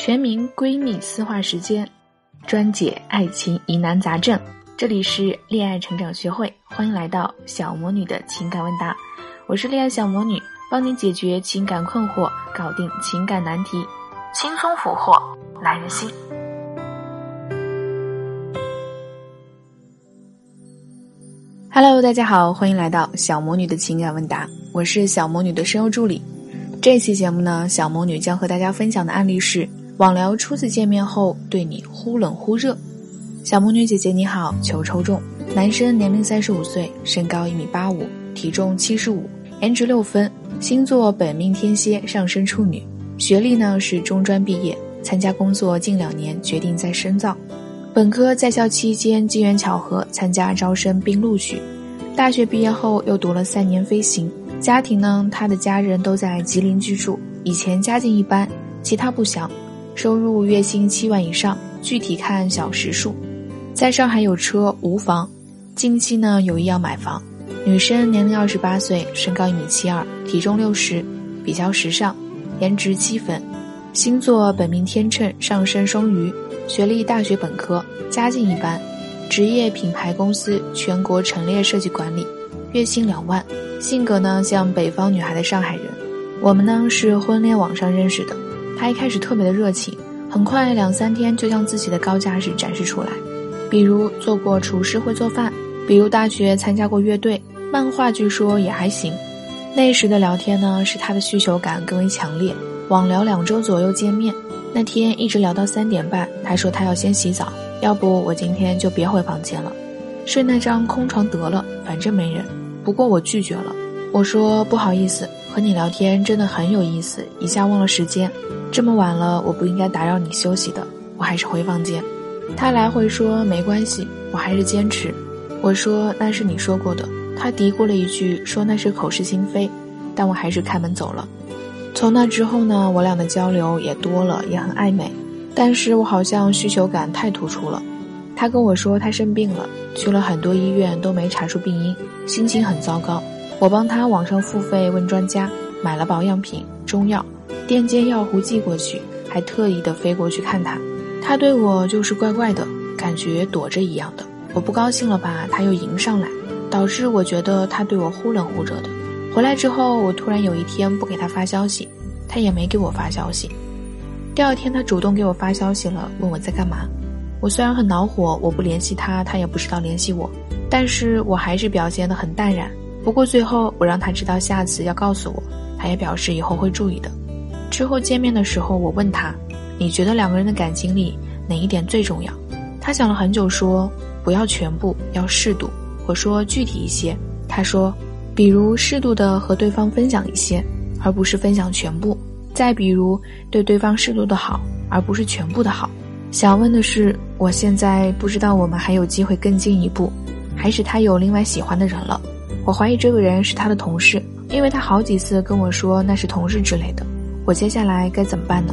全民闺蜜私话时间，专解爱情疑难杂症。这里是恋爱成长学会，欢迎来到小魔女的情感问答。我是恋爱小魔女，帮你解决情感困惑，搞定情感难题，轻松俘获男人心。Hello， 大家好，欢迎来到小魔女的情感问答，我是小魔女的声优助理。这期节目呢，小魔女将和大家分享的案例是网聊初次见面后对你忽冷忽热。小魔女姐姐你好，求抽中。男生年龄35岁，身高1.85米，体重75，颜值6分，星座本命天蝎，上升处女，学历呢是中专毕业，参加工作近2年，决定再深造。本科在校期间机缘巧合参加招生并录取，大学毕业后又读了3年飞行。家庭呢，他的家人都在吉林居住，以前家境一般，其他不详，收入月薪7万以上，具体看小时数。在上海有车无房，近期呢有意要买房。女生年龄28岁，身高1.72米，体重60，比较时尚，颜值7分，星座本命天秤，上升双鱼，学历大学本科，家境一般，职业品牌公司全国陈列设计管理，月薪2万，性格呢像北方女孩的上海人。我们呢是婚恋网上认识的，他一开始特别的热情，很快2-3天就将自己的高价值展示出来，比如做过厨师会做饭，比如大学参加过乐队，漫画据说也还行。那时的聊天呢使他的需求感更为强烈，网聊2周左右见面，那天一直聊到3点半，他说他要先洗澡，要不我今天就别回房间了，睡那张空床得了，反正没人。不过我拒绝了，我说不好意思，和你聊天真的很有意思，一下忘了时间，这么晚了我不应该打扰你休息的，我还是回房间。他来回说没关系，我还是坚持。我说那是你说过的，他嘀咕了一句说那是口是心非，但我还是开门走了。从那之后呢，我俩的交流也多了，也很暧昧，但是我好像需求感太突出了。他跟我说他生病了，去了很多医院都没查出病因，心情很糟糕。我帮他网上付费问专家，买了保养品、中药，电解药壶寄过去，还特意的飞过去看他。他对我就是怪怪的，感觉躲着一样的。我不高兴了吧，他又迎上来，导致我觉得他对我忽冷忽热的。回来之后，我突然有一天不给他发消息，他也没给我发消息。第2天他主动给我发消息了，问我在干嘛。我虽然很恼火，我不联系他，他也不知道联系我，但是我还是表现得很淡然。不过最后我让他知道下次要告诉我，他也表示以后会注意的。之后见面的时候，我问他，你觉得2个人的感情里哪一点最重要？他想了很久说，不要全部，要适度。我说具体一些，他说比如适度的和对方分享一些，而不是分享全部。再比如对对方适度的好，而不是全部的好。想问的是，我现在不知道我们还有机会更进一步，还是他有另外喜欢的人了。我怀疑这个人是他的同事，因为他好几次跟我说那是同事之类的。我接下来该怎么办呢？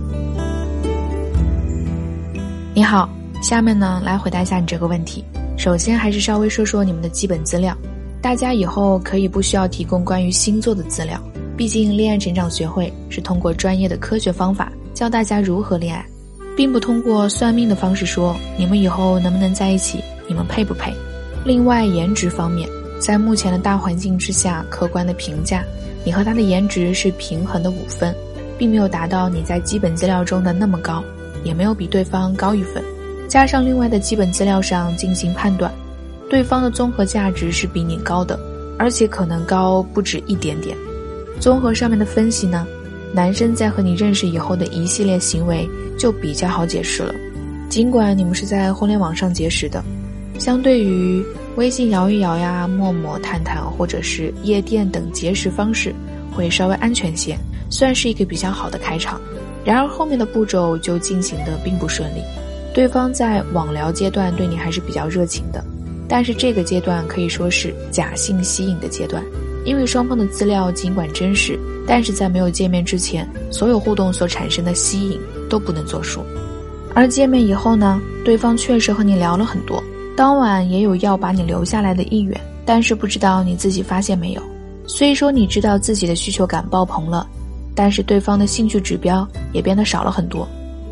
你好，下面呢来回答一下你这个问题。首先还是稍微说说你们的基本资料，大家以后可以不需要提供关于星座的资料，毕竟恋爱成长学会是通过专业的科学方法教大家如何恋爱，并不通过算命的方式说你们以后能不能在一起，你们配不配。另外颜值方面，在目前的大环境之下，客观的评价，你和他的颜值是平衡的5分，并没有达到你在基本资料中的那么高，也没有比对方高1分。加上另外的基本资料上进行判断，对方的综合价值是比你高的，而且可能高不止一点点。综合上面的分析呢，男生在和你认识以后的一系列行为就比较好解释了。尽管你们是在婚恋网上结识的，相对于微信摇一摇呀、陌陌、探探或者是夜店等结识方式会稍微安全些，算是一个比较好的开场。然而后面的步骤就进行得并不顺利。对方在网聊阶段对你还是比较热情的，但是这个阶段可以说是假性吸引的阶段，因为双方的资料尽管真实，但是在没有见面之前，所有互动所产生的吸引都不能作数。而见面以后呢，对方确实和你聊了很多，当晚也有要把你留下来的意愿，但是不知道你自己发现没有，虽说你知道自己的需求感爆棚了，但是对方的兴趣指标也变得少了很多。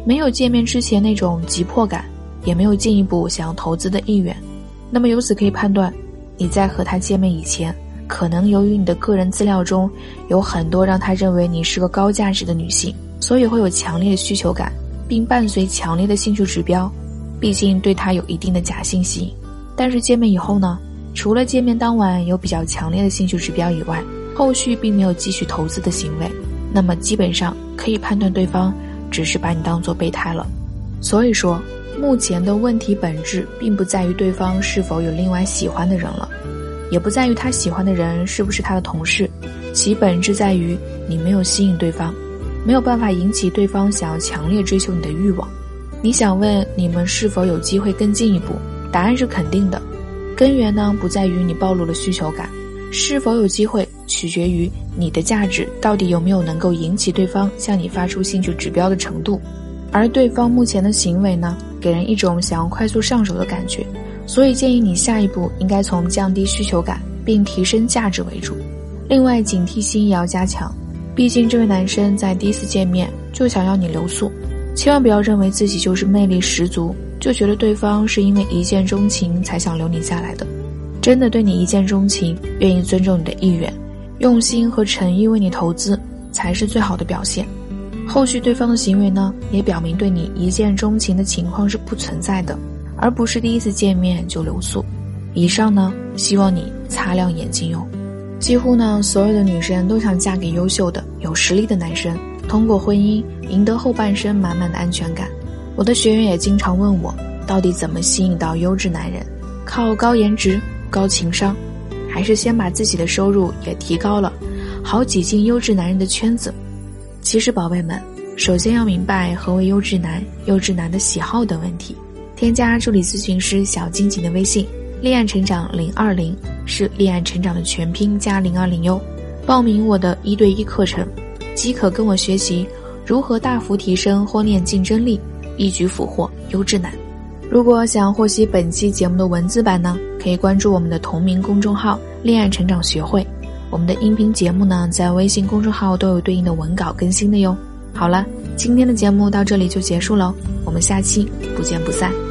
没有见面之前那种急迫感，也没有进一步想要投资的意愿。那么由此可以判断，你在和他见面以前，可能由于你的个人资料中有很多让他认为你是个高价值的女性，所以会有强烈的需求感，并伴随强烈的兴趣指标，毕竟对他有一定的假性吸引。但是见面以后呢，除了见面当晚有比较强烈的兴趣指标以外，后续并没有继续投资的行为，那么基本上可以判断对方只是把你当作备胎了。所以说，目前的问题本质并不在于对方是否有另外喜欢的人了，也不在于他喜欢的人是不是他的同事，其本质在于你没有吸引对方，没有办法引起对方想要强烈追求你的欲望。你想问你们是否有机会更进一步，答案是肯定的。根源呢，不在于你暴露了需求感，是否有机会取决于你的价值到底有没有能够引起对方向你发出兴趣指标的程度。而对方目前的行为呢，给人一种想要快速上手的感觉，所以建议你下一步应该从降低需求感并提升价值为主。另外警惕心也要加强，毕竟这位男生在第一次见面就想要你留宿，千万不要认为自己就是魅力十足，就觉得对方是因为一见钟情才想留你下来的。真的对你一见钟情，愿意尊重你的意愿，用心和诚意为你投资，才是最好的表现。后续对方的行为呢，也表明对你一见钟情的情况是不存在的，而不是第一次见面就留宿。以上呢，希望你擦亮眼睛哟。几乎呢，所有的女生都想嫁给优秀的、有实力的男生，通过婚姻赢得后半生满满的安全感。我的学员也经常问我，到底怎么吸引到优质男人？靠高颜值、高情商，还是先把自己的收入也提高了，好挤进优质男人的圈子？其实宝贝们，首先要明白何为优质男、优质男的喜好等问题。添加助理咨询师小金井的微信，恋爱成长020，是恋爱成长的全拼加020哟。报名我的1对1课程，即可跟我学习如何大幅提升婚恋竞争力，一举俘获优质男。如果想获悉本期节目的文字版呢，可以关注我们的同名公众号恋爱成长学会。我们的音频节目呢，在微信公众号都有对应的文稿更新的哟。好了，今天的节目到这里就结束喽，我们下期不见不散。